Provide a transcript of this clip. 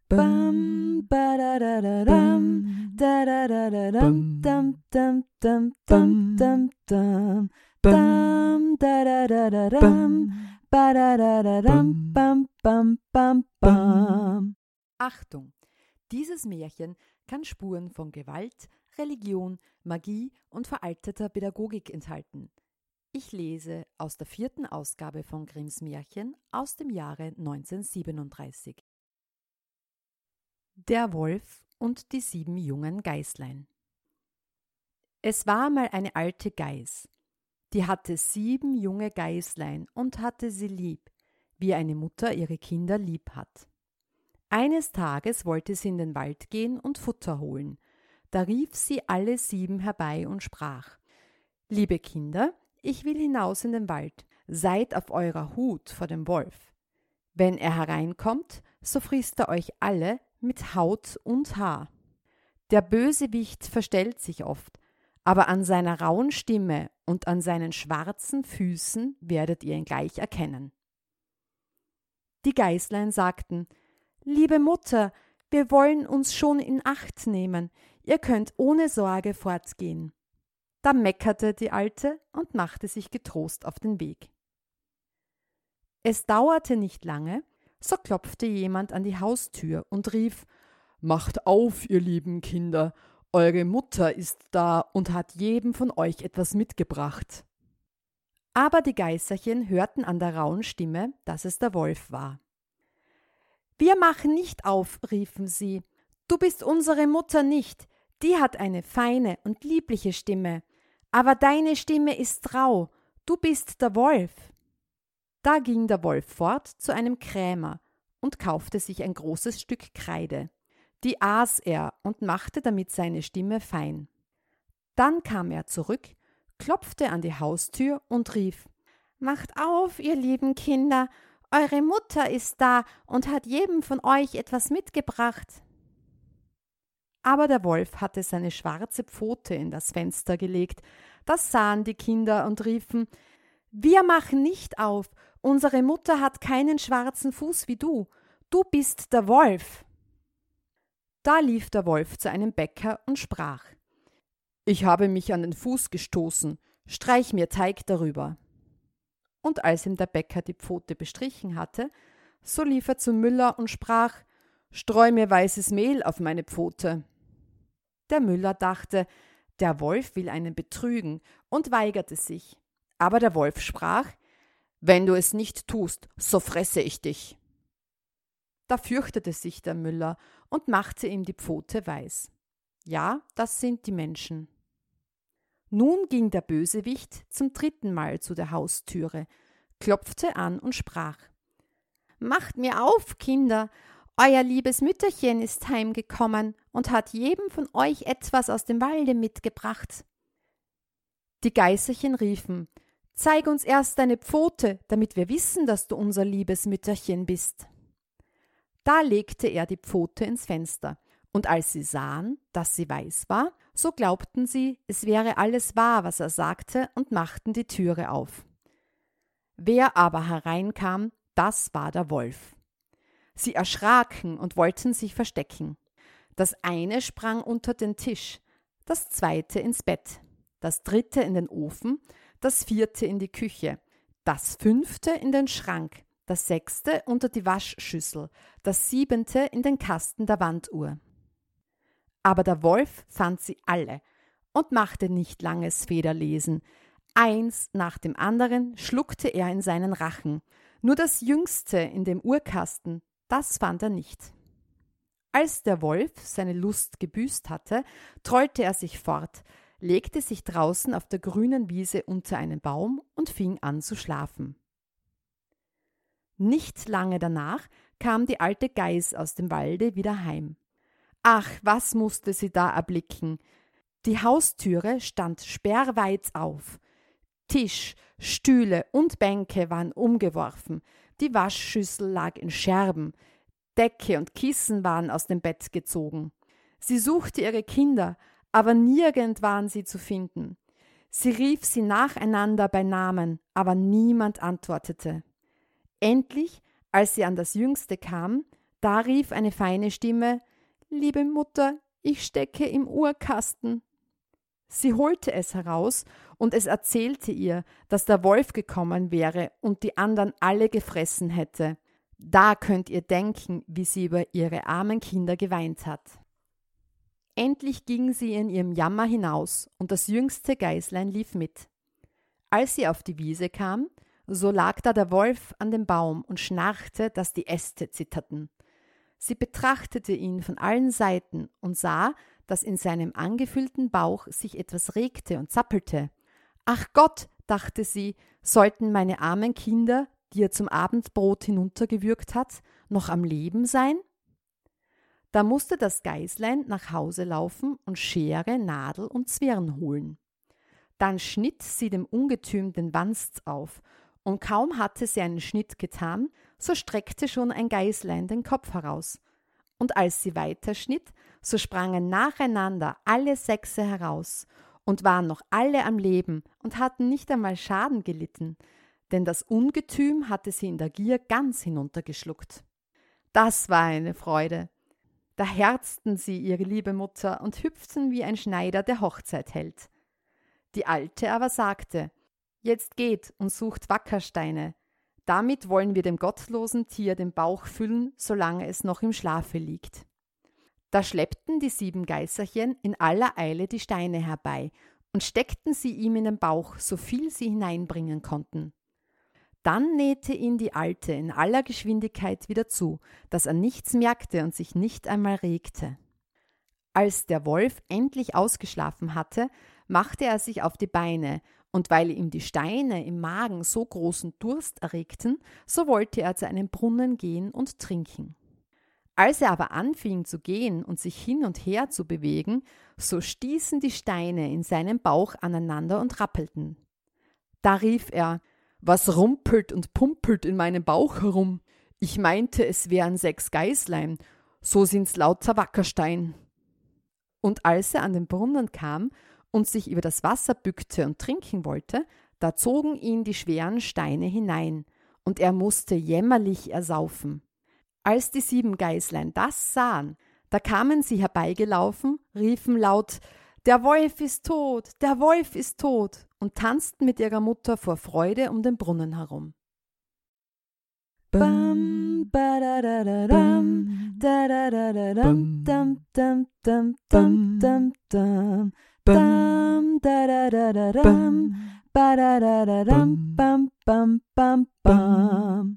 Bam, ba-da-da-da-dam, da-da-da-da-dam, dam, dam, dam, dam, dam, dam, dam, da-da-da-da-dam, ba-da-da-da-dam, bam, bam, bam, bam. Achtung! Dieses Märchen kann Spuren von Gewalt, Religion, Magie und veralteter Pädagogik enthalten. Ich lese aus der 4. Ausgabe von Grimms Märchen aus dem Jahre 1937. Der Wolf und die 7 jungen Geißlein. Es war mal eine alte Geiß, die hatte 7 junge Geißlein und hatte sie lieb, wie eine Mutter ihre Kinder lieb hat. Eines Tages wollte sie in den Wald gehen und Futter holen. Da rief sie alle 7 herbei und sprach: »Liebe Kinder, ich will hinaus in den Wald, seid auf eurer Hut vor dem Wolf. Wenn er hereinkommt, so frisst er euch alle mit Haut und Haar. Der Bösewicht verstellt sich oft, aber an seiner rauen Stimme und an seinen schwarzen Füßen werdet ihr ihn gleich erkennen.« Die Geißlein sagten: »Liebe Mutter, wir wollen uns schon in Acht nehmen, ihr könnt ohne Sorge fortgehen.« Da meckerte die Alte und machte sich getrost auf den Weg. Es dauerte nicht lange, so klopfte jemand an die Haustür und rief: »Macht auf, ihr lieben Kinder, eure Mutter ist da und hat jedem von euch etwas mitgebracht.« Aber die Geißerchen hörten an der rauen Stimme, dass es der Wolf war. »Wir machen nicht auf«, riefen sie, »du bist unsere Mutter nicht, die hat eine feine und liebliche Stimme, aber deine Stimme ist rau, du bist der Wolf.« Da ging der Wolf fort zu einem Krämer und kaufte sich ein großes Stück Kreide. Die aß er und machte damit seine Stimme fein. Dann kam er zurück, klopfte an die Haustür und rief: »Macht auf, ihr lieben Kinder, eure Mutter ist da und hat jedem von euch etwas mitgebracht.« Aber der Wolf hatte seine schwarze Pfote in das Fenster gelegt. Das sahen die Kinder und riefen: »Wir machen nicht auf, unsere Mutter hat keinen schwarzen Fuß wie du, du bist der Wolf.« Da lief der Wolf zu einem Bäcker und sprach: »Ich habe mich an den Fuß gestoßen, streich mir Teig darüber.« Und als ihm der Bäcker die Pfote bestrichen hatte, so lief er zum Müller und sprach: »Streu mir weißes Mehl auf meine Pfote.« Der Müller dachte, der Wolf will einen betrügen, und weigerte sich. Aber der Wolf sprach: »Wenn du es nicht tust, so fresse ich dich.« Da fürchtete sich der Müller und machte ihm die Pfote weiß. Ja, das sind die Menschen. Nun ging der Bösewicht zum 3. Mal zu der Haustüre, klopfte an und sprach: »Macht mir auf, Kinder, euer liebes Mütterchen ist heimgekommen und hat jedem von euch etwas aus dem Walde mitgebracht.« Die Geißerchen riefen: »Zeig uns erst deine Pfote, damit wir wissen, dass du unser liebes Mütterchen bist.« Da legte er die Pfote ins Fenster, und als sie sahen, dass sie weiß war, so glaubten sie, es wäre alles wahr, was er sagte, und machten die Türe auf. Wer aber hereinkam, das war der Wolf. Sie erschraken und wollten sich verstecken. Das eine sprang unter den Tisch, das zweite ins Bett, das dritte in den Ofen, das vierte in die Küche, das 5. in den Schrank, das 6. unter die Waschschüssel, das 7. in den Kasten der Wanduhr. Aber der Wolf fand sie alle und machte nicht langes Federlesen. Eins nach dem anderen schluckte er in seinen Rachen. Nur das Jüngste in dem Uhrkasten, das fand er nicht. Als der Wolf seine Lust gebüßt hatte, trollte er sich fort, legte sich draußen auf der grünen Wiese unter einen Baum und fing an zu schlafen. Nicht lange danach kam die alte Geiß aus dem Walde wieder heim. Ach, was musste sie da erblicken! Die Haustüre stand sperrweit auf. Tisch, Stühle und Bänke waren umgeworfen, die Waschschüssel lag in Scherben, Decke und Kissen waren aus dem Bett gezogen. Sie suchte ihre Kinder, aber nirgend waren sie zu finden. Sie rief sie nacheinander bei Namen, aber niemand antwortete. Endlich, als sie an das Jüngste kam, Da rief eine feine Stimme: »Liebe Mutter, ich stecke im Uhrkasten.« Sie holte es heraus, und es erzählte ihr, dass der Wolf gekommen wäre und die anderen alle gefressen hätte. Da könnt ihr denken, wie sie über ihre armen Kinder geweint hat. Endlich ging sie in ihrem Jammer hinaus, und das jüngste Geißlein lief mit. Als sie auf die Wiese kam, so lag da der Wolf an dem Baum und schnarchte, dass die Äste zitterten. Sie betrachtete ihn von allen Seiten und sah, dass in seinem angefüllten Bauch sich etwas regte und zappelte. »Ach Gott«, dachte sie, »sollten meine armen Kinder, die er zum Abendbrot hinuntergewürgt hat, noch am Leben sein?« Da musste das Geißlein nach Hause laufen und Schere, Nadel und Zwirn holen. Dann schnitt sie dem Ungetüm den Wanst auf, und kaum hatte sie einen Schnitt getan, so streckte schon ein Geißlein den Kopf heraus. Und als sie weiterschnitt, so sprangen nacheinander alle 6 heraus und waren noch alle am Leben und hatten nicht einmal Schaden gelitten, denn das Ungetüm hatte sie in der Gier ganz hinuntergeschluckt. Das war eine Freude. Da herzten sie ihre liebe Mutter und hüpften wie ein Schneider, der Hochzeit hält. Die Alte aber sagte: »Jetzt geht und sucht Wackersteine. Damit wollen wir dem gottlosen Tier den Bauch füllen, solange es noch im Schlafe liegt.« Da schleppten die 7 Geißerchen in aller Eile die Steine herbei und steckten sie ihm in den Bauch, so viel sie hineinbringen konnten. Dann nähte ihn die Alte in aller Geschwindigkeit wieder zu, dass er nichts merkte und sich nicht einmal regte. Als der Wolf endlich ausgeschlafen hatte, machte er sich auf die Beine, und weil ihm die Steine im Magen so großen Durst erregten, so wollte er zu einem Brunnen gehen und trinken. Als er aber anfing zu gehen und sich hin und her zu bewegen, so stießen die Steine in seinem Bauch aneinander und rappelten. Da rief er: »Was rumpelt und pumpelt in meinem Bauch herum? Ich meinte, es wären 6 Geißlein, so sind's lauter Wackerstein.« Und als er an den Brunnen kam und sich über das Wasser bückte und trinken wollte, da zogen ihn die schweren Steine hinein, und er musste jämmerlich ersaufen. Als die 7 Geißlein das sahen, da kamen sie herbeigelaufen, riefen laut: »Der Wolf ist tot, der Wolf ist tot!« und tanzten mit ihrer Mutter vor Freude um den Brunnen herum. Bam, badadadadam, dadadadadam, dam, dam, dam, dam, dam, dam, dam, dadadadadam, badadadadam, bam, bam, bam, bam.